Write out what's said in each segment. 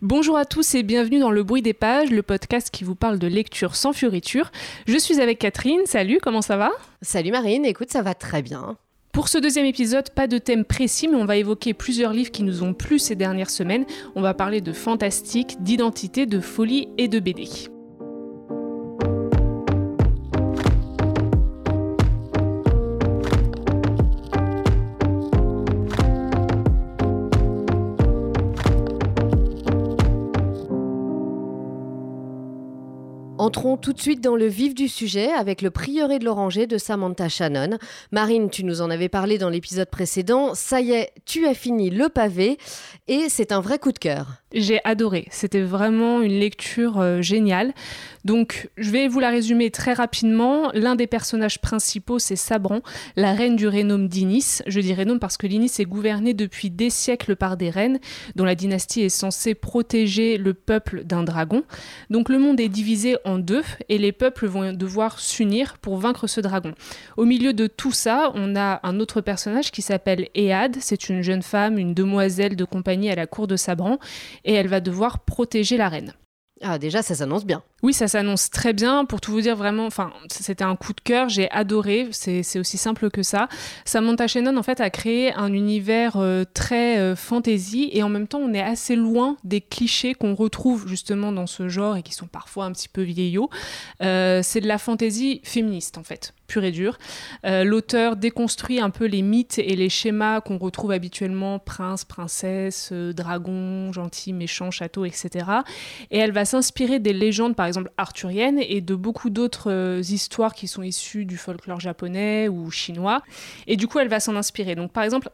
Bonjour à tous et bienvenue dans Le Bruit des Pages, le podcast qui vous parle de lecture sans fioriture. Je suis avec Catherine, salut, comment ça va ? Salut Marine, écoute, ça va très bien. Pour ce deuxième épisode, pas de thème précis, mais on va évoquer plusieurs livres qui nous ont plu ces dernières semaines. On va parler de fantastique, d'identité, de folie et de BD. Entrons tout de suite dans le vif du sujet avec Le Prieuré de l'Oranger de Samantha Shannon. Marine, tu nous en avais parlé dans l'épisode précédent. Ça y est, tu as fini le pavé et c'est un vrai coup de cœur. J'ai adoré, c'était vraiment une lecture géniale. Donc, je vais vous la résumer très rapidement. L'un des personnages principaux, c'est Sabran, la reine du Rhénome d'Inis. Je dis Rhénome parce que l'Inis est gouverné depuis des siècles par des reines, dont la dynastie est censée protéger le peuple d'un dragon. Donc, le monde est divisé en deux et les peuples vont devoir s'unir pour vaincre ce dragon. Au milieu de tout ça, on a un autre personnage qui s'appelle Ehad. C'est une jeune femme, une demoiselle de compagnie à la cour de Sabran, et elle va devoir protéger la reine. Ah, déjà, ça s'annonce bien. Oui, ça s'annonce très bien. Pour tout vous dire, vraiment, c'était un coup de cœur. J'ai adoré. C'est aussi simple que ça. Samantha Shannon, en fait, a créé un univers très fantasy et en même temps, on est assez loin des clichés qu'on retrouve justement dans ce genre et qui sont parfois un petit peu vieillots. C'est de la fantasy féministe, en fait, pure et dure. L'auteur déconstruit un peu les mythes et les schémas qu'on retrouve habituellement, prince, princesse, dragon, gentil, méchant, château, etc. Et elle va s'inspirer des légendes, par exemple arthuriennes, et de beaucoup d'autres histoires qui sont issues du folklore japonais ou chinois. Et du coup, elle va s'en inspirer. Donc, par exemple,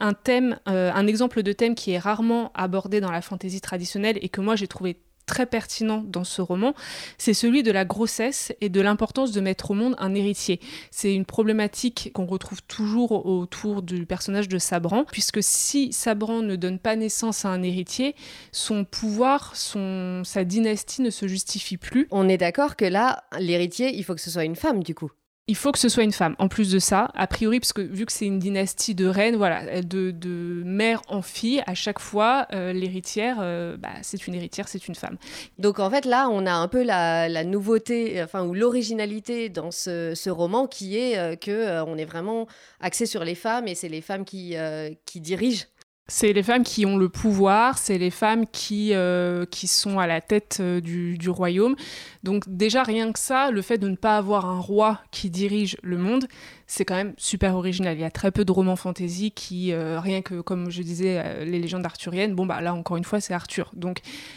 un exemple de thème qui est rarement abordé dans la fantasy traditionnelle et que moi, j'ai trouvé très pertinent dans ce roman, c'est celui de la grossesse et de l'importance de mettre au monde un héritier. C'est une problématique qu'on retrouve toujours autour du personnage de Sabran, puisque si Sabran ne donne pas naissance à un héritier, son pouvoir, sa dynastie ne se justifie plus. On est d'accord que là, l'héritier, il faut que ce soit une femme, du coup. Il faut que ce soit une femme. En plus de ça, a priori, parce que vu que c'est une dynastie de reines, voilà, de mère en fille, à chaque fois, l'héritière, c'est une héritière, c'est une femme. Donc en fait, là, on a un peu la nouveauté, ou l'originalité dans ce roman qui est qu'on est vraiment axé sur les femmes et c'est les femmes qui dirigent. C'est les femmes qui ont le pouvoir, c'est les femmes qui sont à la tête du royaume. Donc déjà, rien que ça, le fait de ne pas avoir un roi qui dirige le monde, c'est quand même super original. Il y a très peu de romans fantasy qui, rien que, comme je disais, les légendes arthuriennes, là, encore une fois, c'est Arthur. Donc,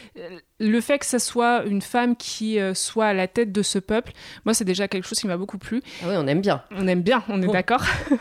le fait que ça soit une femme qui soit à la tête de ce peuple, moi, c'est déjà quelque chose qui m'a beaucoup plu. Ah oui, on aime bien. On aime bien, on est d'accord.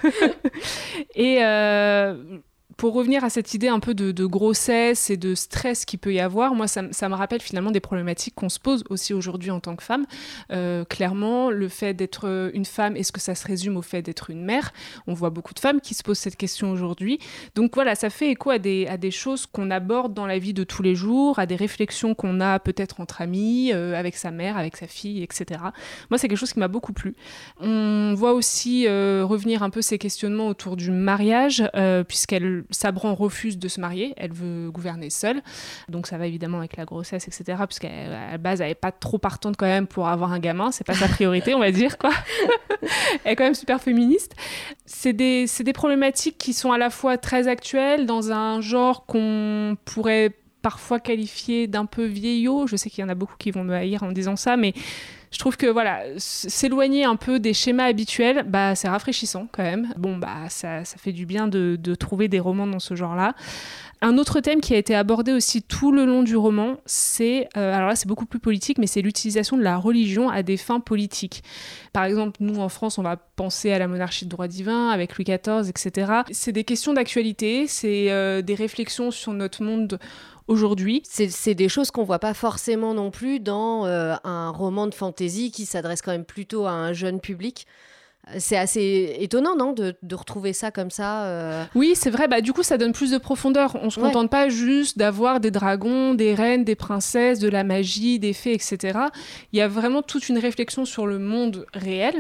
Et... pour revenir à cette idée un peu de grossesse et de stress qu'il peut y avoir, moi, ça me rappelle finalement des problématiques qu'on se pose aussi aujourd'hui en tant que femme. Clairement, le fait d'être une femme, est-ce que ça se résume au fait d'être une mère ? On voit beaucoup de femmes qui se posent cette question aujourd'hui. Donc voilà, ça fait écho à des choses qu'on aborde dans la vie de tous les jours, à des réflexions qu'on a peut-être entre amis, avec sa mère, avec sa fille, etc. Moi, c'est quelque chose qui m'a beaucoup plu. On voit aussi revenir un peu ces questionnements autour du mariage, Sabran refuse de se marier, elle veut gouverner seule, donc ça va évidemment avec la grossesse, etc., puisqu'à la base, elle n'est pas trop partante quand même pour avoir un gamin, c'est pas sa priorité, on va dire, quoi. Elle est quand même super féministe. C'est des problématiques qui sont à la fois très actuelles, dans un genre qu'on pourrait parfois qualifié d'un peu vieillot. Je sais qu'il y en a beaucoup qui vont me haïr en disant ça, mais je trouve que voilà, s'éloigner un peu des schémas habituels, c'est rafraîchissant quand même. Ça fait du bien de trouver des romans dans ce genre-là. Un autre thème qui a été abordé aussi tout le long du roman, c'est, alors là c'est beaucoup plus politique, mais c'est l'utilisation de la religion à des fins politiques. Par exemple, nous en France, on va penser à la monarchie de droit divin avec Louis XIV, etc. C'est des questions d'actualité, c'est des réflexions sur notre monde aujourd'hui. C'est des choses qu'on voit pas forcément non plus dans un roman de fantasy qui s'adresse quand même plutôt à un jeune public. C'est assez étonnant, non, de retrouver ça comme ça Oui, c'est vrai. Du coup, ça donne plus de profondeur. On se contente pas juste d'avoir des dragons, des reines, des princesses, de la magie, des fées, etc. Il y a vraiment toute une réflexion sur le monde réel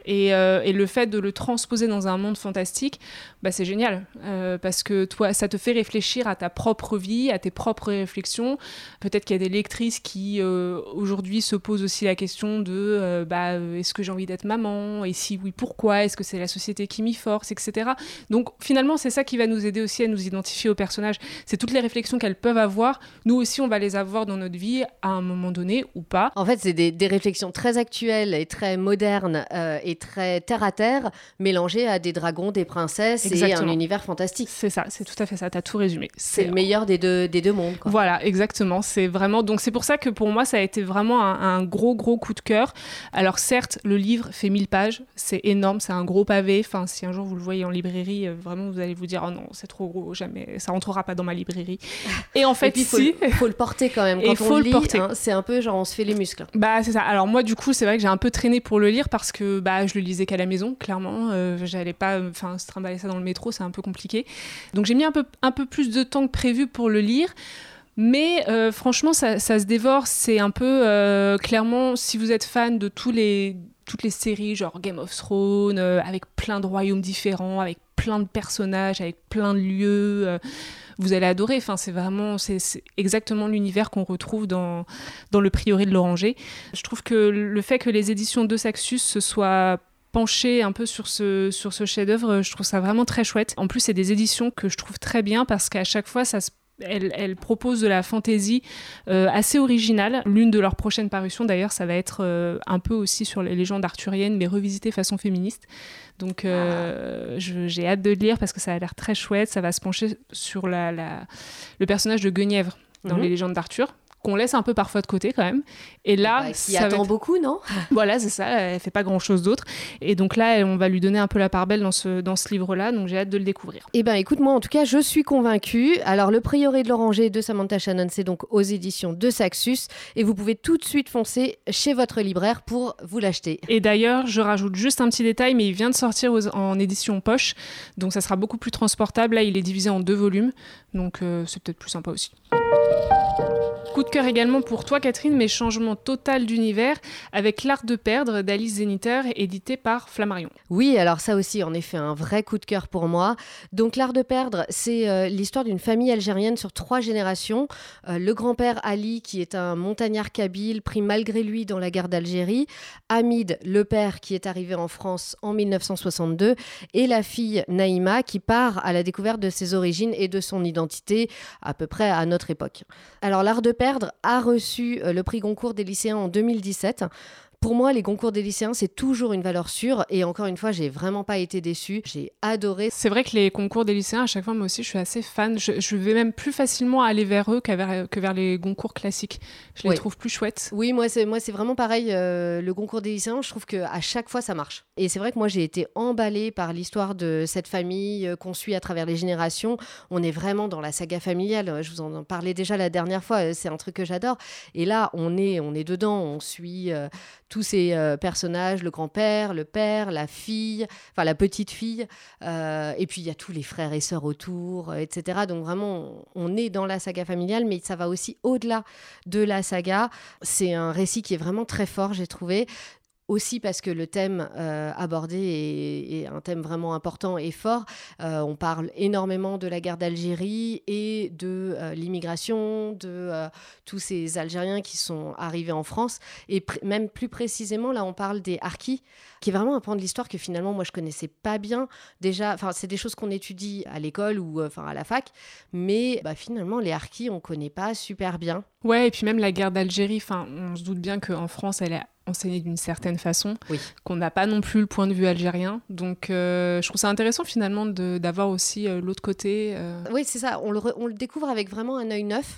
Et le fait de le transposer dans un monde fantastique, c'est génial. Parce que toi, ça te fait réfléchir à ta propre vie, à tes propres réflexions. Peut-être qu'il y a des lectrices qui, aujourd'hui, se posent aussi la question de est-ce que j'ai envie d'être maman ? Et si oui, pourquoi ? Est-ce que c'est la société qui m'y force, etc. Donc, finalement, c'est ça qui va nous aider aussi à nous identifier aux personnages. C'est toutes les réflexions qu'elles peuvent avoir. Nous aussi, on va les avoir dans notre vie à un moment donné ou pas. En fait, c'est des réflexions très actuelles et très modernes et très terre-à-terre, mélangées à des dragons, des princesses. Exactement. Et un univers fantastique. C'est ça, c'est tout à fait ça, t'as tout résumé. C'est le meilleur des deux mondes, quoi. Voilà, exactement. C'est vraiment... Donc c'est pour ça que pour moi, ça a été vraiment un gros coup de cœur. Alors certes, le livre fait 1000 pages, c'est énorme, c'est un gros pavé. Enfin, si un jour vous le voyez en librairie, vraiment, vous allez vous dire « Oh non, c'est trop gros, jamais, ça rentrera pas dans ma librairie. » Et en fait, il faut le porter quand même. Quand on le lit, c'est un peu genre on se fait les muscles. C'est ça. Alors moi, du coup, c'est vrai que j'ai un peu traîné pour le lire parce que je le lisais qu'à la maison, clairement. J'allais pas se trimballer ça dans le métro, c'est un peu compliqué. Donc j'ai mis un peu plus de temps que prévu pour le lire. Mais franchement, ça se dévore. C'est un peu, clairement, si vous êtes fan de toutes les séries, genre Game of Thrones, avec plein de royaumes différents, avec plein de personnages, avec plein de lieux... vous allez adorer. Enfin, c'est exactement l'univers qu'on retrouve dans le Prieuré de l'Oranger. Je trouve que le fait que les éditions de Saxus se soient penchées un peu sur ce chef-d'œuvre, je trouve ça vraiment très chouette. En plus, c'est des éditions que je trouve très bien parce qu'à chaque fois, elles proposent de la fantaisie assez originale. L'une de leurs prochaines parutions, d'ailleurs, ça va être un peu aussi sur les légendes arthuriennes, mais revisitées façon féministe. Donc j'ai hâte de le lire parce que ça a l'air très chouette. Ça va se pencher sur le personnage de Guenièvre dans les légendes d'Arthur, qu'on laisse un peu parfois de côté quand même. Et là, qui attend beaucoup, non ? Voilà, c'est ça, elle fait pas grand-chose d'autre. Et donc là, on va lui donner un peu la part belle dans ce livre-là, donc j'ai hâte de le découvrir. Eh bien, écoute, moi, en tout cas, je suis convaincue. Alors, Le Prieuré de l'Oranger de Samantha Shannon, c'est donc aux éditions de Saxus. Et vous pouvez tout de suite foncer chez votre libraire pour vous l'acheter. Et d'ailleurs, je rajoute juste un petit détail, mais il vient de sortir en édition poche, donc ça sera beaucoup plus transportable. Là, il est divisé en 2 volumes, donc c'est peut-être plus sympa aussi. Coup de cœur également pour toi, Catherine, mais changement total d'univers avec L'Art de perdre d'Alice Zeniter, édité par Flammarion. Oui, alors ça aussi, en effet, un vrai coup de cœur pour moi. Donc L'Art de perdre, c'est l'histoire d'une famille algérienne sur 3 générations. Le grand-père Ali, qui est un montagnard kabyle, pris malgré lui dans la guerre d'Algérie. Hamid, le père, qui est arrivé en France en 1962. Et la fille Naïma, qui part à la découverte de ses origines et de son identité, à peu près à notre époque. Alors L'Art de perdre a reçu le prix Goncourt des lycéens en 2017. Pour moi, les concours des lycéens, c'est toujours une valeur sûre. Et encore une fois, j'ai vraiment pas été déçue. J'ai adoré. C'est vrai que les concours des lycéens, à chaque fois, moi aussi, je suis assez fan. Je vais même plus facilement aller vers eux que vers les concours classiques. Je les trouve plus chouettes. Oui, moi, c'est vraiment pareil. Le concours des lycéens, je trouve qu'à chaque fois, ça marche. Et c'est vrai que moi, j'ai été emballée par l'histoire de cette famille qu'on suit à travers les générations. On est vraiment dans la saga familiale. Je vous en parlais déjà la dernière fois. C'est un truc que j'adore. Et là, on est dedans. On suit tous ces personnages, le grand-père, le père, la fille, enfin la petite fille, et puis il y a tous les frères et sœurs autour, etc. Donc vraiment, on est dans la saga familiale, mais ça va aussi au-delà de la saga. C'est un récit qui est vraiment très fort, j'ai trouvé. Aussi parce que le thème abordé est un thème vraiment important et fort. On parle énormément de la guerre d'Algérie et de l'immigration, de tous ces Algériens qui sont arrivés en France. Et même plus précisément, là, on parle des harkis, qui est vraiment un pan de l'histoire que finalement, moi, je connaissais pas bien. Déjà, c'est des choses qu'on étudie à l'école ou à la fac. Mais finalement, les harkis, on connaît pas super bien. Ouais, et puis même la guerre d'Algérie, on se doute bien qu'en France, elle est enseignée d'une certaine façon, qu'on n'a pas non plus le point de vue algérien. Donc, je trouve ça intéressant finalement d'avoir aussi l'autre côté. Oui, c'est ça. On le découvre avec vraiment un œil neuf.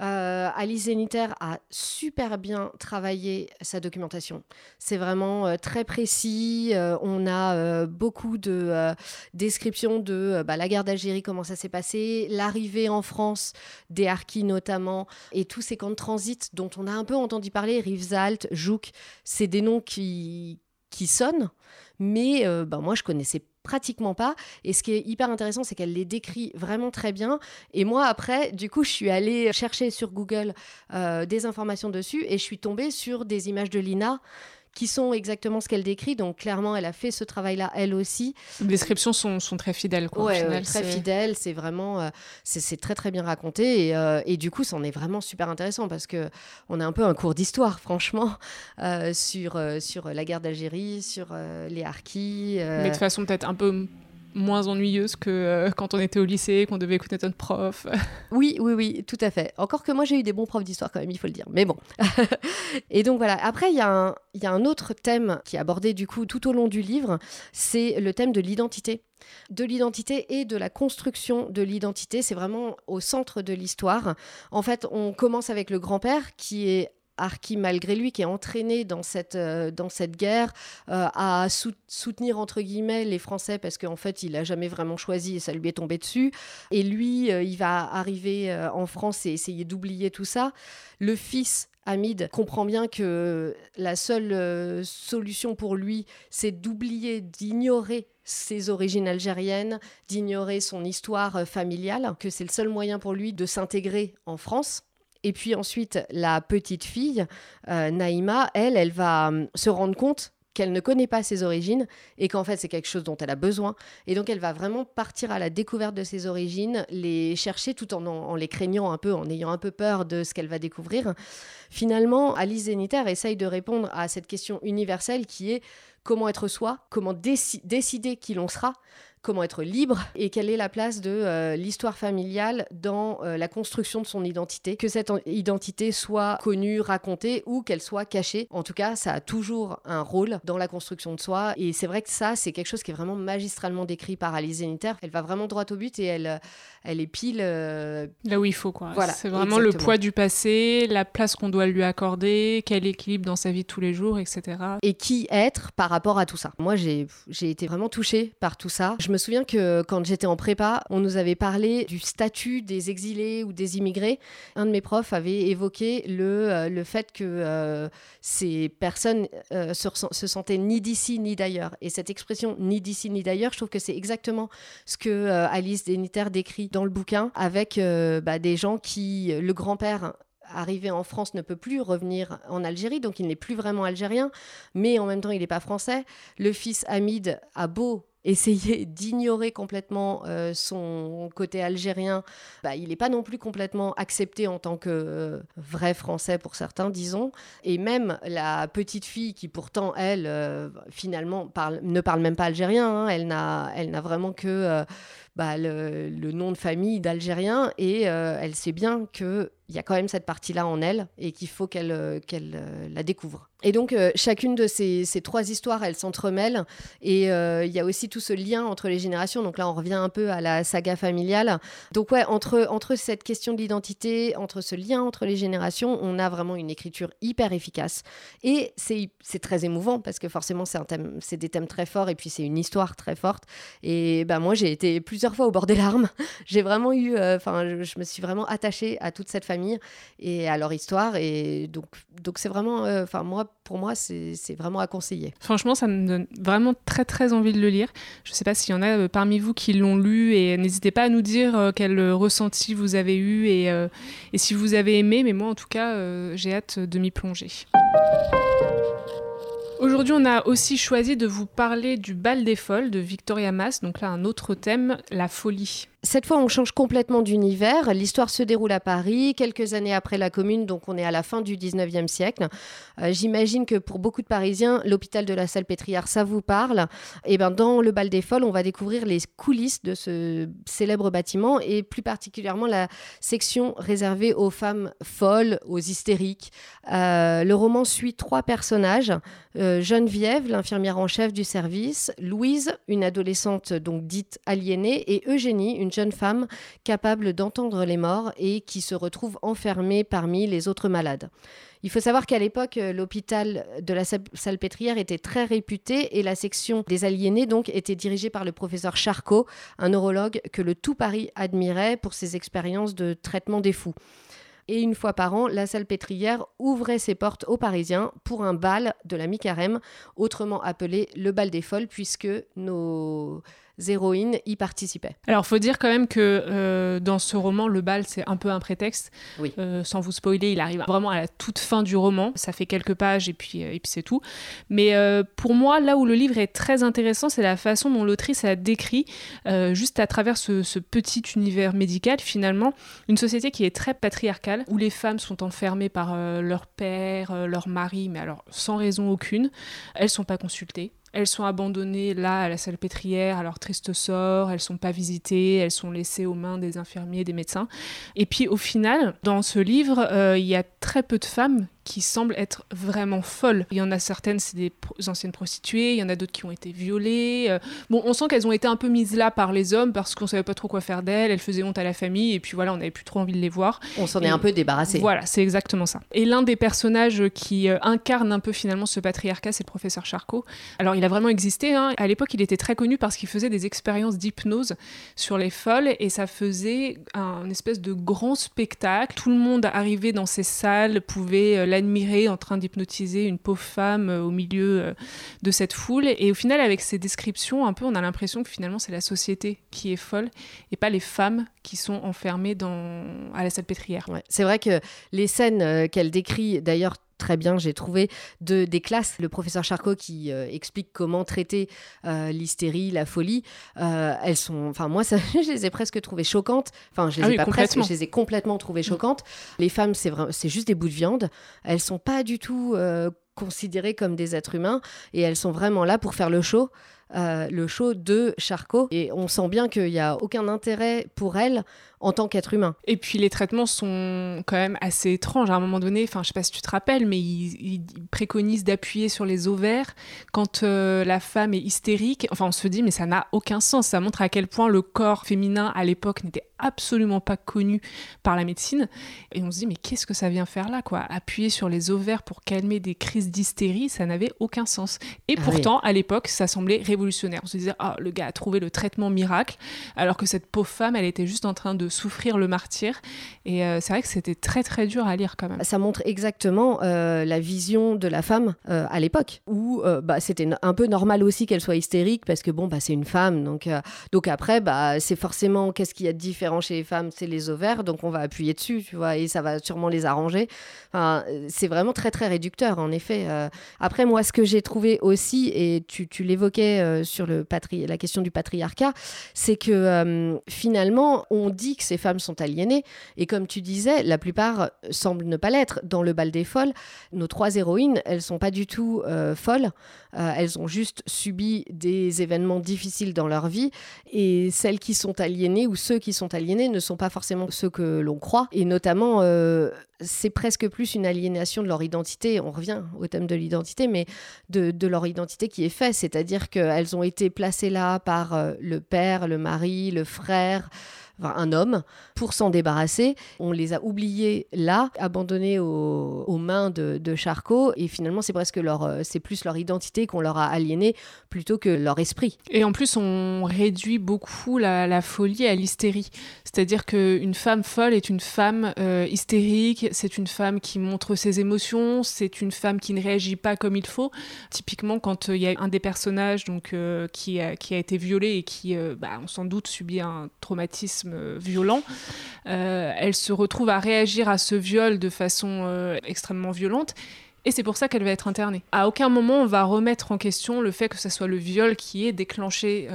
Alice Zeniter a super bien travaillé sa documentation. C'est vraiment très précis. On a beaucoup de descriptions de la guerre d'Algérie, comment ça s'est passé, l'arrivée en France des harkis notamment, et tous ces camps de transit dont on a un peu entendu parler, Rivesaltes, Jouk, c'est des noms qui sonnent, mais moi je connaissais pratiquement pas. Et ce qui est hyper intéressant, c'est qu'elle les décrit vraiment très bien. Et moi, après, du coup, je suis allée chercher sur Google des informations dessus et je suis tombée sur des images de Lina qui sont exactement ce qu'elle décrit. Donc clairement, elle a fait ce travail-là, elle aussi. Les descriptions sont très fidèles, quoi. Au final, très fidèles. C'est vraiment, c'est très très bien raconté et du coup, c'en est vraiment super intéressant parce que on a un peu un cours d'histoire, franchement, sur la guerre d'Algérie, sur les harkis. Mais de façon peut-être un peu moins ennuyeuse que quand on était au lycée, qu'on devait écouter notre prof. Oui, tout à fait. Encore que moi, j'ai eu des bons profs d'histoire quand même, il faut le dire. Mais bon. Et donc voilà. Après, il y a un autre thème qui est abordé du coup tout au long du livre, c'est le thème de l'identité. De l'identité et de la construction de l'identité. C'est vraiment au centre de l'histoire. En fait, on commence avec le grand-père qui est harki malgré lui, qui est entraîné dans cette guerre à soutenir entre guillemets les Français parce qu'en fait il n'a jamais vraiment choisi et ça lui est tombé dessus. Et lui, il va arriver en France et essayer d'oublier tout ça. Le fils Hamid comprend bien que la seule solution pour lui, c'est d'oublier, d'ignorer ses origines algériennes, d'ignorer son histoire familiale, que c'est le seul moyen pour lui de s'intégrer en France. Et puis ensuite, la petite fille, Naïma, elle va se rendre compte qu'elle ne connaît pas ses origines et qu'en fait, c'est quelque chose dont elle a besoin. Et donc, elle va vraiment partir à la découverte de ses origines, les chercher tout en les craignant un peu, en ayant un peu peur de ce qu'elle va découvrir. Finalement, Alice Zeniter essaye de répondre à cette question universelle qui est comment être soi, comment décider qui l'on sera, comment être libre et quelle est la place de l'histoire familiale dans la construction de son identité. Que cette identité soit connue, racontée ou qu'elle soit cachée. En tout cas, ça a toujours un rôle dans la construction de soi. Et c'est vrai que ça, c'est quelque chose qui est vraiment magistralement décrit par Alice Zeniter. Elle va vraiment droit au but et elle est pile... Là où il faut, quoi. Voilà, c'est vraiment exactement. Le poids du passé, la place qu'on doit lui accorder, quel équilibre dans sa vie de tous les jours, etc. Et qui être par rapport à tout ça. Moi, j'ai été vraiment touchée par tout ça. Je me souviens que quand j'étais en prépa, on nous avait parlé du statut des exilés ou des immigrés. Un de mes profs avait évoqué le fait que ces personnes se sentaient ni d'ici ni d'ailleurs. Et cette expression ni d'ici ni d'ailleurs, je trouve que c'est exactement ce que Alice Zeniter décrit dans le bouquin avec des gens qui, le grand-père arrivé en France ne peut plus revenir en Algérie, donc il n'est plus vraiment algérien, mais en même temps il n'est pas français. Le fils Hamid a beau essayer d'ignorer complètement son côté algérien, il n'est pas non plus complètement accepté en tant que vrai français pour certains, disons. Et même la petite fille qui pourtant, elle, finalement, ne parle même pas algérien, hein, elle n'a vraiment que le nom de famille d'Algérien et elle sait bien qu'il y a quand même cette partie-là en elle et qu'il faut qu'elle la découvre. Et donc, chacune de ces trois histoires, elles s'entremêlent et il y a aussi tout ce lien entre les générations. Donc là, on revient un peu à la saga familiale. Donc ouais, entre cette question de l'identité, entre ce lien entre les générations, on a vraiment une écriture hyper efficace. Et c'est très émouvant parce que forcément, c'est des thèmes très forts et puis c'est une histoire très forte. Et moi, j'ai été plusieurs fois au bord des larmes. J'ai vraiment eu... je me suis vraiment attachée à toute cette famille et à leur histoire. Et donc c'est vraiment... pour moi, c'est vraiment à conseiller. Franchement, ça me donne vraiment très très envie de le lire. Je ne sais pas s'il y en a parmi vous qui l'ont lu et n'hésitez pas à nous dire quel ressenti vous avez eu et si vous avez aimé, mais moi en tout cas, j'ai hâte de m'y plonger. Aujourd'hui, on a aussi choisi de vous parler du Bal des Folles de Victoria Mass, donc là un autre thème, la folie. Cette fois, on change complètement d'univers. L'histoire se déroule à Paris, quelques années après la Commune, donc on est à la fin du 19e siècle. J'imagine que pour beaucoup de Parisiens, l'hôpital de la Salpêtrière, ça vous parle. Et dans le Bal des Folles, on va découvrir les coulisses de ce célèbre bâtiment et plus particulièrement la section réservée aux femmes folles, aux hystériques. Le roman suit 3 personnages. Geneviève, l'infirmière en chef du service, Louise, une adolescente donc dite aliénée, et Eugénie, une jeune femme capable d'entendre les morts et qui se retrouve enfermée parmi les autres malades. Il faut savoir qu'à l'époque, l'hôpital de la Salpêtrière était très réputé et la section des aliénés donc était dirigée par le professeur Charcot, un neurologue que le tout Paris admirait pour ses expériences de traitement des fous. Et une fois par an, la Salpêtrière ouvrait ses portes aux Parisiens pour un bal de la mi-carême, autrement appelé le Bal des Folles, puisque nos héroïnes y participaient. Alors, faut dire quand même que dans ce roman, le bal, c'est un peu un prétexte. Oui. Sans vous spoiler, il arrive vraiment à la toute fin du roman. Ça fait quelques pages et puis c'est tout. Mais pour moi, là où le livre est très intéressant, c'est la façon dont l'autrice a décrit, juste à travers ce petit univers médical, finalement, une société qui est très patriarcale, où les femmes sont enfermées par leur père, leur mari, mais alors sans raison aucune. Elles sont pas consultées. Elles sont abandonnées là à la salpêtrière, à leur triste sort, elles sont pas visitées, elles sont laissées aux mains des infirmiers, des médecins. Et puis au final, dans ce livre, il y a très peu de femmes qui semblent être vraiment folles. Il y en a certaines, c'est des anciennes prostituées, il y en a d'autres qui ont été violées. Bon, on sent qu'elles ont été un peu mises là par les hommes parce qu'on savait pas trop quoi faire d'elles, elles faisaient honte à la famille et puis voilà, on n'avait plus trop envie de les voir. On s'en est un peu débarrassé. Voilà, c'est exactement ça. Et l'un des personnages qui incarne un peu finalement ce patriarcat, c'est le professeur Charcot. Alors il a vraiment existé, hein. À l'époque, il était très connu parce qu'il faisait des expériences d'hypnose sur les folles et ça faisait un espèce de grand spectacle. Tout le monde arrivait dans ces salles, pouvait l'admirer en train d'hypnotiser une pauvre femme au milieu de cette foule. Et au final, avec ces descriptions, un peu, on a l'impression que finalement, c'est la société qui est folle et pas les femmes qui sont enfermées à la salpêtrière. Ouais. C'est vrai que les scènes qu'elle décrit, d'ailleurs, très bien, j'ai trouvé des classes. Le professeur Charcot qui explique comment traiter l'hystérie, la folie. Elles sont, enfin moi, je les ai presque trouvées choquantes. Enfin, je les ai pas presque, je les ai complètement trouvées choquantes. Les femmes, c'est juste des bouts de viande. Elles sont pas du tout considérées comme des êtres humains et elles sont vraiment là pour faire le show de Charcot. Et on sent bien qu'il n'y a aucun intérêt pour elles en tant qu'être humain. Et puis les traitements sont quand même assez étranges. À un moment donné, je ne sais pas si tu te rappelles, mais il préconise d'appuyer sur les ovaires quand la femme est hystérique. Enfin, on se dit, mais ça n'a aucun sens. Ça montre à quel point le corps féminin, à l'époque, n'était absolument pas connu par la médecine. Et on se dit, mais qu'est-ce que ça vient faire là, quoi ? Appuyer sur les ovaires pour calmer des crises d'hystérie, ça n'avait aucun sens. Et pourtant, à l'époque, ça semblait révolutionnaire. On se disait, le gars a trouvé le traitement miracle, alors que cette pauvre femme, elle était juste en train de souffrir le martyre. Et c'est vrai que c'était très très dur à lire quand même. Ça montre exactement la vision de la femme à l'époque, où c'était un peu normal aussi qu'elle soit hystérique, parce que c'est une femme. Donc après, c'est forcément, qu'est-ce qu'il y a de différent chez les femmes ? C'est les ovaires, donc on va appuyer dessus, tu vois, et ça va sûrement les arranger. Enfin, c'est vraiment très très réducteur, en effet. Après, moi, ce que j'ai trouvé aussi, et tu l'évoquais sur la question du patriarcat, c'est que finalement, on dit que ces femmes sont aliénées, et comme tu disais, la plupart semblent ne pas l'être. Dans le bal des folles, nos 3 héroïnes, elles sont pas du tout folles, elles ont juste subi des événements difficiles dans leur vie, et celles qui sont aliénées, ou ceux qui sont aliénés, ne sont pas forcément ceux que l'on croit, et notamment c'est presque plus une aliénation de leur identité. On revient au thème de l'identité, mais de leur identité qui est faite, c'est-à-dire qu'elles ont été placées là par le père, le mari, le frère, un homme, pour s'en débarrasser. On les a oubliés là, abandonnés aux mains de Charcot, et finalement c'est plus leur identité qu'on leur a aliénée plutôt que leur esprit. Et en plus, on réduit beaucoup la folie à l'hystérie. C'est-à-dire qu'une femme folle est une femme hystérique, c'est une femme qui montre ses émotions, c'est une femme qui ne réagit pas comme il faut. Typiquement, quand il y a un des personnages qui a été violé et qui, on s'en doute, subit un traumatisme violent, elle se retrouve à réagir à ce viol de façon extrêmement violente. Et c'est pour ça qu'elle va être internée. À aucun moment on va remettre en question le fait que ce soit le viol qui ait déclenché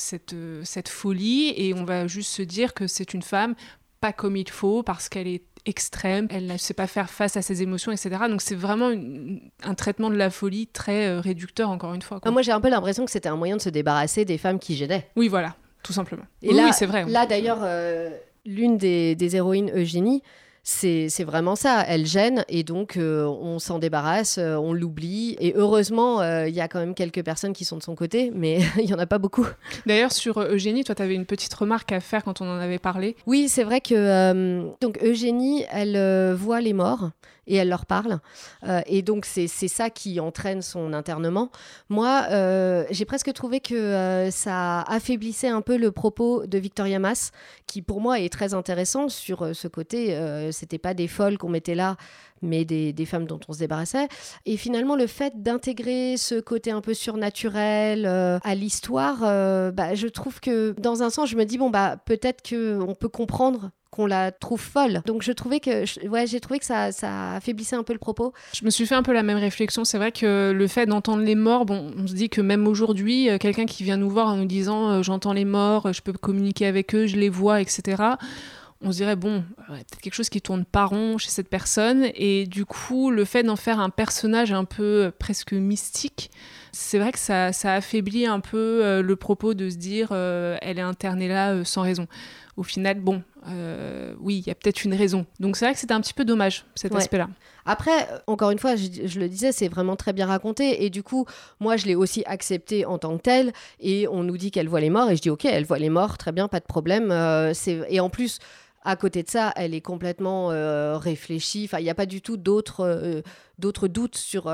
cette folie, et on va juste se dire que c'est une femme pas comme il faut parce qu'elle est extrême, elle ne sait pas faire face à ses émotions, etc. Donc c'est vraiment un traitement de la folie très réducteur, encore une fois, quoi. Moi j'ai un peu l'impression que c'était un moyen de se débarrasser des femmes qui gênaient. Oui, voilà, tout simplement. Et oui, là, oui, c'est vrai. Là d'ailleurs, l'une des héroïnes, Eugénie, c'est vraiment ça, elle gêne, et donc on s'en débarrasse, on l'oublie, et heureusement il y a quand même quelques personnes qui sont de son côté, mais il n'y en a pas beaucoup. D'ailleurs, sur Eugénie, toi tu avais une petite remarque à faire quand on en avait parlé. Oui, c'est vrai que donc Eugénie, elle voit les morts et elle leur parle, et donc c'est ça qui entraîne son internement. Moi, j'ai presque trouvé que ça affaiblissait un peu le propos de Victoria Mass, qui pour moi est très intéressant sur ce côté c'était pas des folles qu'on mettait là, mais des femmes dont on se débarrassait. Et finalement, le fait d'intégrer ce côté un peu surnaturel à l'histoire, je trouve que dans un sens, je me dis, peut-être qu'on peut comprendre qu'on la trouve folle. Donc j'ai trouvé que ça affaiblissait un peu le propos. Je me suis fait un peu la même réflexion. C'est vrai que le fait d'entendre les morts, on se dit que même aujourd'hui, quelqu'un qui vient nous voir en nous disant j'entends les morts, je peux communiquer avec eux, je les vois, etc., on se dirait, peut-être quelque chose qui tourne pas rond chez cette personne. Et du coup, le fait d'en faire un personnage un peu presque mystique, c'est vrai que ça affaiblit un peu le propos de se dire elle est internée là sans raison. Au final, oui, il y a peut-être une raison. Donc c'est vrai que c'était un petit peu dommage, cet aspect-là. Après, encore une fois, je le disais, c'est vraiment très bien raconté. Et du coup, moi, je l'ai aussi accepté en tant que tel. Et on nous dit qu'elle voit les morts. Et je dis, OK, elle voit les morts, très bien, pas de problème. Et en plus, à côté de ça, elle est complètement réfléchie. Enfin, il n'y a pas du tout d'autres doutes sur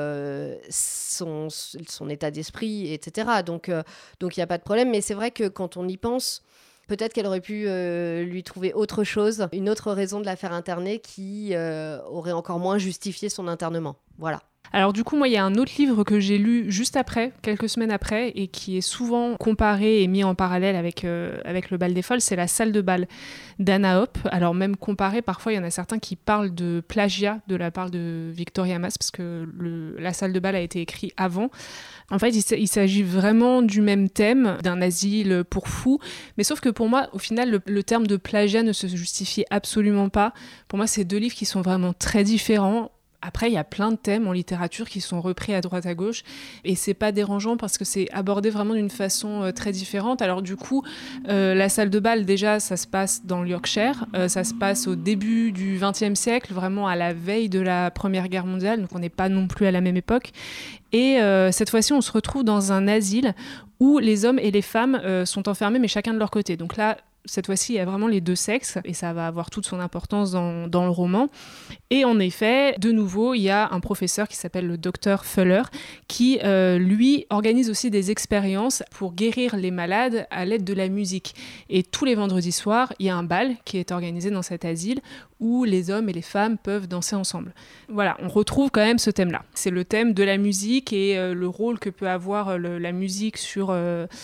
son état d'esprit, etc. Donc, il n'y a pas de problème. Mais c'est vrai que quand on y pense, peut-être qu'elle aurait pu lui trouver autre chose, une autre raison de la faire interner qui aurait encore moins justifié son internement. Voilà. Alors du coup, moi, il y a un autre livre que j'ai lu juste après, quelques semaines après, et qui est souvent comparé et mis en parallèle avec Le Bal des Folles, c'est La Salle de bal d'Anna Hoppe. Alors même comparé, parfois, il y en a certains qui parlent de plagiat de la part de Victoria Mass, parce que La Salle de bal a été écrit avant. En fait, il s'agit vraiment du même thème, d'un asile pour fous, mais sauf que pour moi, au final, le terme de plagiat ne se justifie absolument pas. Pour moi, c'est deux livres qui sont vraiment très différents. Après, il y a plein de thèmes en littérature qui sont repris à droite à gauche et c'est pas dérangeant parce que c'est abordé vraiment d'une façon très différente. Alors du coup, La Salle de bal, déjà, ça se passe dans le Yorkshire, ça se passe au début du XXe siècle, vraiment à la veille de la Première Guerre mondiale, donc on n'est pas non plus à la même époque. Et cette fois-ci, on se retrouve dans un asile où les hommes et les femmes sont enfermés, mais chacun de leur côté. Donc là, cette fois-ci, il y a vraiment les deux sexes et ça va avoir toute son importance dans le roman. Et en effet, de nouveau, il y a un professeur qui s'appelle le docteur Fuller qui, lui, organise aussi des expériences pour guérir les malades à l'aide de la musique. Et tous les vendredis soirs, il y a un bal qui est organisé dans cet asile où les hommes et les femmes peuvent danser ensemble. Voilà, on retrouve quand même ce thème-là. C'est le thème de la musique et le rôle que peut avoir la musique sur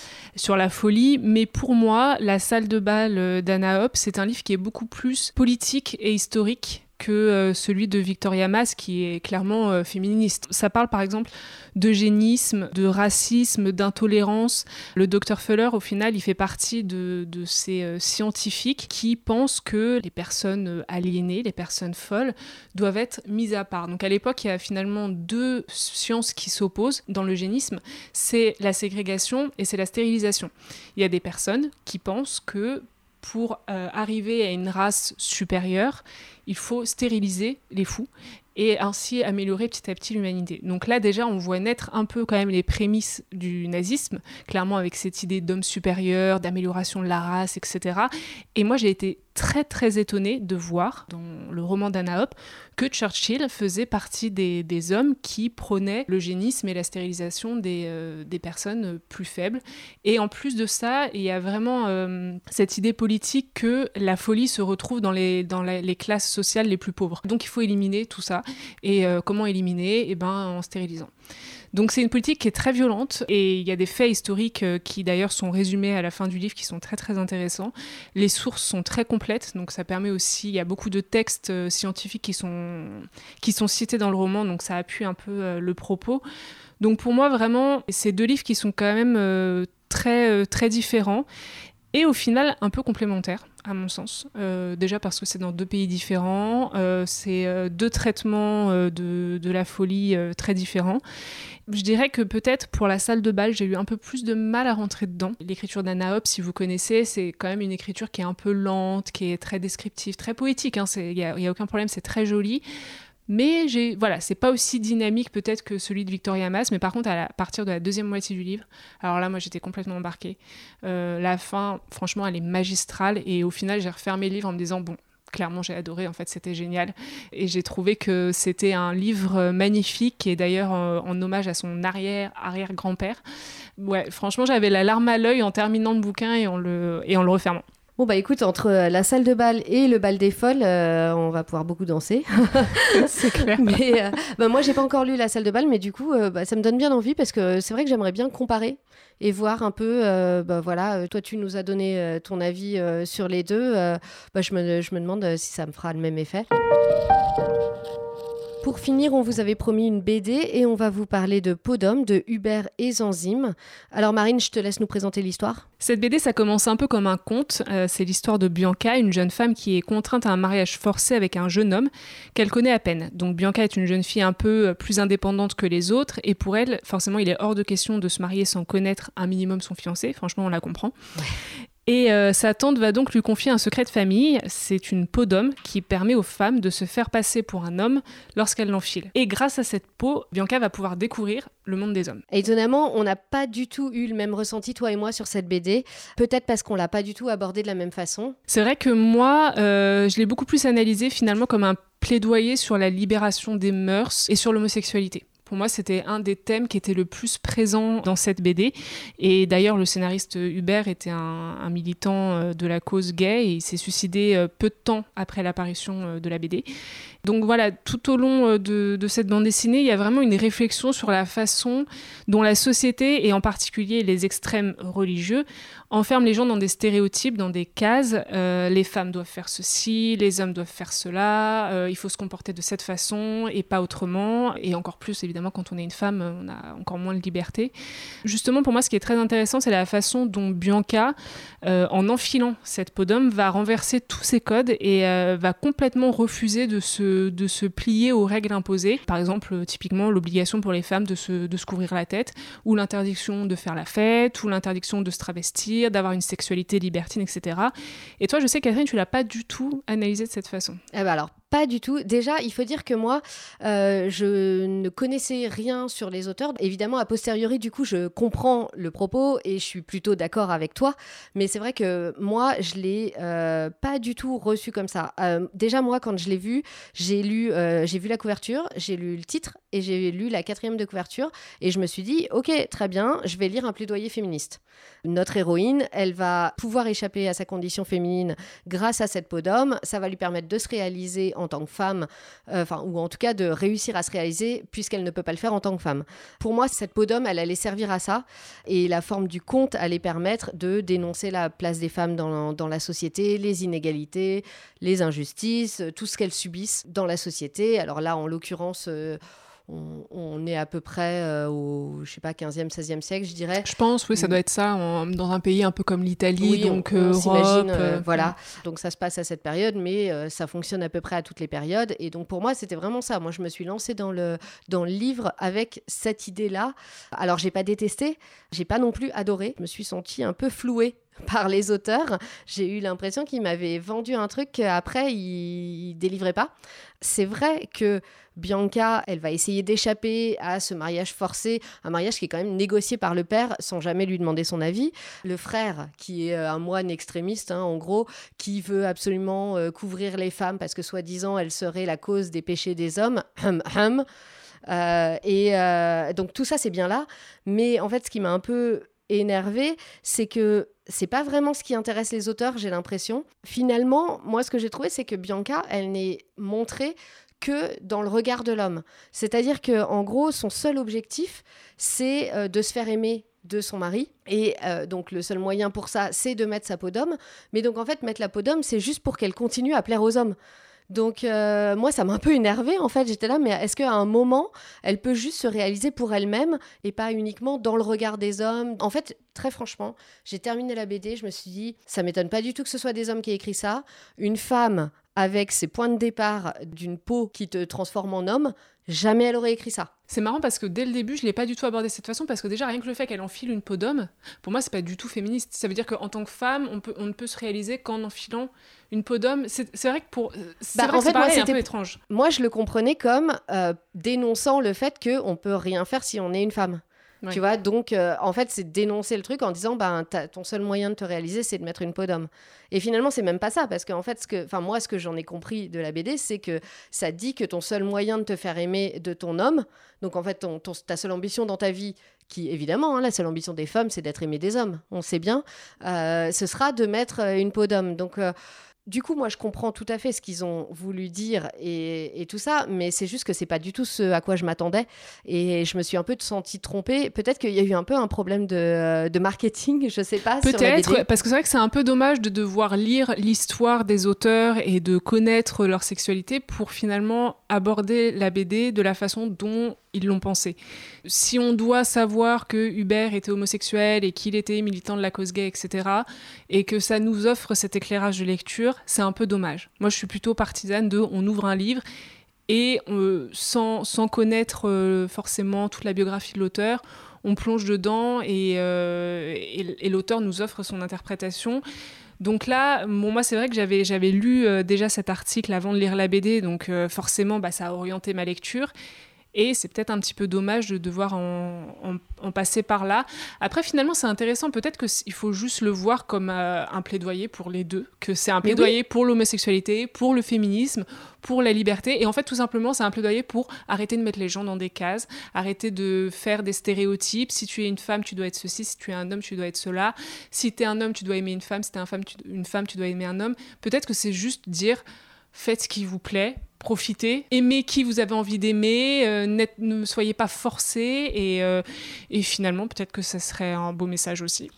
la folie. Mais pour moi, La Salle de bal d'Anna Hoppe, c'est un livre qui est beaucoup plus politique et historique que celui de Victoria Mass, qui est clairement féministe. Ça parle par exemple d'eugénisme, de racisme, d'intolérance. Le docteur Fuller, au final, il fait partie de ces scientifiques qui pensent que les personnes aliénées, les personnes folles, doivent être mises à part. Donc à l'époque, il y a finalement deux sciences qui s'opposent dans l'eugénisme. C'est la ségrégation et c'est la stérilisation. Il y a des personnes qui pensent que pour arriver à une race supérieure, il faut stériliser les fous et ainsi améliorer petit à petit l'humanité. Donc là, déjà, on voit naître un peu quand même les prémices du nazisme, clairement avec cette idée d'homme supérieur, d'amélioration de la race, etc. Et moi, j'ai été très, très étonnée de voir dans le roman d'Anna Hoppe que Churchill faisait partie des hommes qui prônaient l'eugénisme et la stérilisation des personnes plus faibles. Et en plus de ça, il y a vraiment cette idée politique que la folie se retrouve dans les classes sociales les plus pauvres. Donc il faut éliminer tout ça. Et comment éliminer ? En stérilisant. Donc c'est une politique qui est très violente et il y a des faits historiques qui d'ailleurs sont résumés à la fin du livre qui sont très très intéressants. Les sources sont très complètes, donc ça permet aussi, il y a beaucoup de textes scientifiques qui sont cités dans le roman, donc ça appuie un peu le propos. Donc pour moi vraiment, c'est deux livres qui sont quand même très, très différents et au final un peu complémentaires à mon sens. Déjà parce que c'est dans deux pays différents, c'est deux traitements de la folie très différents. Je dirais que peut-être pour La Salle de bal, j'ai eu un peu plus de mal à rentrer dedans. L'écriture d'Anna Hoppe, si vous connaissez, c'est quand même une écriture qui est un peu lente, qui est très descriptive, très poétique. Il y a aucun problème, c'est très joli. Mais c'est pas aussi dynamique peut-être que celui de Victoria Mass, mais par contre à partir de la deuxième moitié du livre, alors là moi j'étais complètement embarquée. La fin, franchement, elle est magistrale et au final j'ai refermé le livre en me disant clairement j'ai adoré, en fait c'était génial et j'ai trouvé que c'était un livre magnifique et d'ailleurs en hommage à son arrière-grand-père. Ouais, franchement j'avais la larme à l'œil en terminant le bouquin et en le refermant. Bon bah écoute, entre la salle de bal et le bal des folles, on va pouvoir beaucoup danser. C'est clair. Mais moi j'ai pas encore lu la salle de bal, mais du coup ça me donne bien envie parce que c'est vrai que j'aimerais bien comparer et voir un peu, toi tu nous as donné ton avis sur les deux, je me demande si ça me fera le même effet. Pour finir, on vous avait promis une BD et on va vous parler de Peau d'homme de Hubert et Zanzime. Alors Marine, je te laisse nous présenter l'histoire. Cette BD, ça commence un peu comme un conte. C'est l'histoire de Bianca, une jeune femme qui est contrainte à un mariage forcé avec un jeune homme qu'elle connaît à peine. Donc Bianca est une jeune fille un peu plus indépendante que les autres et pour elle, forcément, il est hors de question de se marier sans connaître un minimum son fiancé. Franchement, on la comprend. Ouais. Et sa tante va donc lui confier un secret de famille. C'est une peau d'homme qui permet aux femmes de se faire passer pour un homme lorsqu'elles l'enfilent. Et grâce à cette peau, Bianca va pouvoir découvrir le monde des hommes. Étonnamment, on n'a pas du tout eu le même ressenti, toi et moi, sur cette BD. Peut-être parce qu'on l'a pas du tout abordée de la même façon. C'est vrai que moi, je l'ai beaucoup plus analysée finalement comme un plaidoyer sur la libération des mœurs et sur l'homosexualité. Pour moi, c'était un des thèmes qui était le plus présent dans cette BD. Et d'ailleurs, le scénariste Hubert était un militant de la cause gay et il s'est suicidé peu de temps après l'apparition de la BD. Donc voilà, tout au long de cette bande dessinée, il y a vraiment une réflexion sur la façon dont la société, et en particulier les extrêmes religieux, enferment les gens dans des stéréotypes, dans des cases. Les femmes doivent faire ceci, les hommes doivent faire cela, il faut se comporter de cette façon et pas autrement. Et encore plus, évidemment, quand on est une femme, on a encore moins de liberté. Justement, pour moi, ce qui est très intéressant, c'est la façon dont Bianca, en enfilant cette peau d'homme, va renverser tous ses codes et va complètement refuser de se plier aux règles imposées. Par exemple, typiquement, l'obligation pour les femmes de se couvrir la tête, ou l'interdiction de faire la fête, ou l'interdiction de se travestir, d'avoir une sexualité libertine, etc. Et toi, je sais, Catherine, tu l'as pas du tout analysé de cette façon. Alors, pas du tout. Déjà, il faut dire que moi, je ne connaissais rien sur les auteurs. Évidemment, a posteriori, du coup, je comprends le propos et je suis plutôt d'accord avec toi. Mais c'est vrai que moi, je l'ai pas du tout reçu comme ça. Déjà, moi, quand je l'ai vu, j'ai vu la couverture, j'ai lu le titre et j'ai lu la 4e de couverture et je me suis dit, ok, très bien, je vais lire un plaidoyer féministe. Notre héroïne, elle va pouvoir échapper à sa condition féminine grâce à cette peau d'homme. Ça va lui permettre de se réaliser en tant que femme, ou en tout cas de réussir à se réaliser puisqu'elle ne peut pas le faire en tant que femme. Pour moi, cette peau d'homme, elle allait servir à ça et la forme du conte allait permettre de dénoncer la place des femmes dans la société, les inégalités, les injustices, tout ce qu'elles subissent dans la société. Alors là, en l'occurrence... On est à peu près au, 15e, 16e siècle, je dirais. Je pense, oui, ça doit être ça, dans un pays un peu comme l'Italie, oui, donc on Europe. S'imagine, voilà. Donc ça se passe à cette période, mais ça fonctionne à peu près à toutes les périodes. Et donc pour moi, c'était vraiment ça. Moi, je me suis lancée dans le livre avec cette idée-là. Alors, j'ai pas détesté, j'ai pas non plus adoré. Je me suis sentie un peu flouée par les auteurs. J'ai eu l'impression qu'ils m'avaient vendu un truc qu'après, ils délivraient pas. C'est vrai que Bianca, elle va essayer d'échapper à ce mariage forcé, un mariage qui est quand même négocié par le père sans jamais lui demander son avis. Le frère, qui est un moine extrémiste, en gros, qui veut absolument couvrir les femmes parce que soi-disant, elle serait la cause des péchés des hommes. Donc tout ça, c'est bien là. Mais en fait, ce qui m'a un peu énervée, c'est que c'est pas vraiment ce qui intéresse les auteurs, j'ai l'impression. Finalement, moi, ce que j'ai trouvé, c'est que Bianca, elle n'est montrée que dans le regard de l'homme. C'est-à-dire qu'en gros, son seul objectif, c'est de se faire aimer de son mari. Et donc, le seul moyen pour ça, c'est de mettre sa peau d'homme. Mais donc, en fait, mettre la peau d'homme, c'est juste pour qu'elle continue à plaire aux hommes. Donc, moi, ça m'a un peu énervée, en fait. J'étais là, mais est-ce qu'à un moment, elle peut juste se réaliser pour elle-même et pas uniquement dans le regard des hommes ? En fait, très franchement, j'ai terminé la BD, je me suis dit, ça m'étonne pas du tout que ce soit des hommes qui aient écrit ça. Une femme avec ses points de départ d'une peau qui te transforme en homme, jamais elle aurait écrit ça. C'est marrant parce que dès le début, je l'ai pas du tout abordé de cette façon parce que déjà, rien que le fait qu'elle enfile une peau d'homme, pour moi, c'est pas du tout féministe. Ça veut dire qu'en tant que femme, on ne peut se réaliser qu'en enfilant une peau d'homme. C'est vrai que c'est un peu étrange. Moi, je le comprenais comme dénonçant le fait qu'on peut rien faire si on est une femme. Ouais. Tu vois, donc en fait, c'est dénoncer le truc en disant ton seul moyen de te réaliser, c'est de mettre une peau d'homme. Et finalement, c'est même pas ça, parce qu'en fait, moi, ce que j'en ai compris de la BD, c'est que ça dit que ton seul moyen de te faire aimer de ton homme, donc en fait, ta seule ambition dans ta vie, qui évidemment, la seule ambition des femmes, c'est d'être aimée des hommes, on sait bien, ce sera de mettre une peau d'homme. Donc du coup, moi, je comprends tout à fait ce qu'ils ont voulu dire et tout ça, mais c'est juste que c'est pas du tout ce à quoi je m'attendais. Et je me suis un peu sentie trompée. Peut-être qu'il y a eu un peu un problème de marketing, je sais pas. Peut-être, sur la BD. parce que c'est vrai que c'est un peu dommage de devoir lire l'histoire des auteurs et de connaître leur sexualité pour finalement aborder la BD de la façon dont ils l'ont pensé. Si on doit savoir que Hubert était homosexuel et qu'il était militant de la cause gay, etc., et que ça nous offre cet éclairage de lecture, c'est un peu dommage. Moi, je suis plutôt partisane on ouvre un livre et sans connaître forcément toute la biographie de l'auteur, on plonge dedans et l'auteur nous offre son interprétation. Donc là, moi, c'est vrai que j'avais lu déjà cet article avant de lire la BD, donc forcément, ça a orienté ma lecture. Et c'est peut-être un petit peu dommage de devoir en passer par là. Après, finalement, c'est intéressant. Peut-être qu'il faut juste le voir comme un plaidoyer pour les deux. Que c'est un plaidoyer pour l'homosexualité, pour le féminisme, pour la liberté. Et en fait, tout simplement, c'est un plaidoyer pour arrêter de mettre les gens dans des cases, arrêter de faire des stéréotypes. Si tu es une femme, tu dois être ceci. Si tu es un homme, tu dois être cela. Si tu es un homme, tu dois aimer une femme. Si tu es une femme, tu dois aimer un homme. Peut-être que c'est juste dire, faites ce qui vous plaît. Profitez, aimez qui vous avez envie d'aimer, ne soyez pas forcés et finalement peut-être que ça serait un beau message aussi.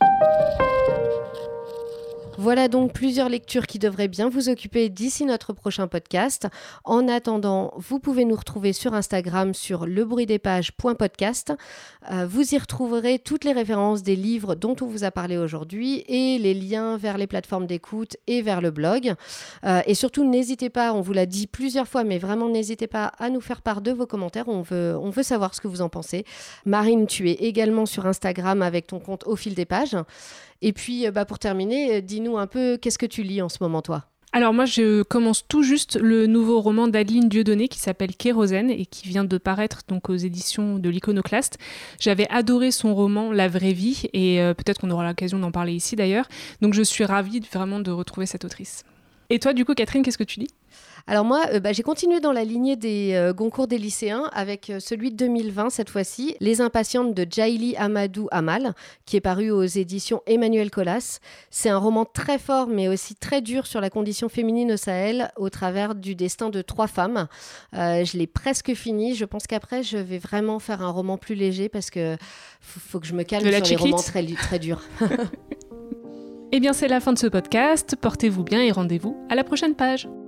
Voilà donc plusieurs lectures qui devraient bien vous occuper d'ici notre prochain podcast. En attendant, vous pouvez nous retrouver sur Instagram sur lebruitdespages.podcast. Vous y retrouverez toutes les références des livres dont on vous a parlé aujourd'hui et les liens vers les plateformes d'écoute et vers le blog. Et surtout, n'hésitez pas, on vous l'a dit plusieurs fois, mais vraiment n'hésitez pas à nous faire part de vos commentaires. On veut savoir ce que vous en pensez. Marine, tu es également sur Instagram avec ton compte Au Fil des Pages. Et puis, pour terminer, dis-nous un peu, qu'est-ce que tu lis en ce moment, toi ? Alors moi, je commence tout juste le nouveau roman d'Adeline Dieudonné qui s'appelle Kérosène et qui vient de paraître donc aux éditions de l'Iconoclaste. J'avais adoré son roman La vraie vie et peut-être qu'on aura l'occasion d'en parler ici d'ailleurs. Donc je suis ravie vraiment de retrouver cette autrice. Et toi, du coup, Catherine, qu'est-ce que tu lis ? Alors moi, j'ai continué dans la lignée des Goncourt des lycéens avec celui de 2020 cette fois-ci, Les Impatientes de Djaïli Amadou Amal, qui est paru aux éditions Emmanuel Colas. C'est un roman très fort mais aussi très dur sur la condition féminine au Sahel au travers du destin de 3 femmes. Je l'ai presque fini. Je pense qu'après, je vais vraiment faire un roman plus léger parce que faut que je me calme sur les romans très, très durs. Eh bien, c'est la fin de ce podcast. Portez-vous bien et rendez-vous à la prochaine page.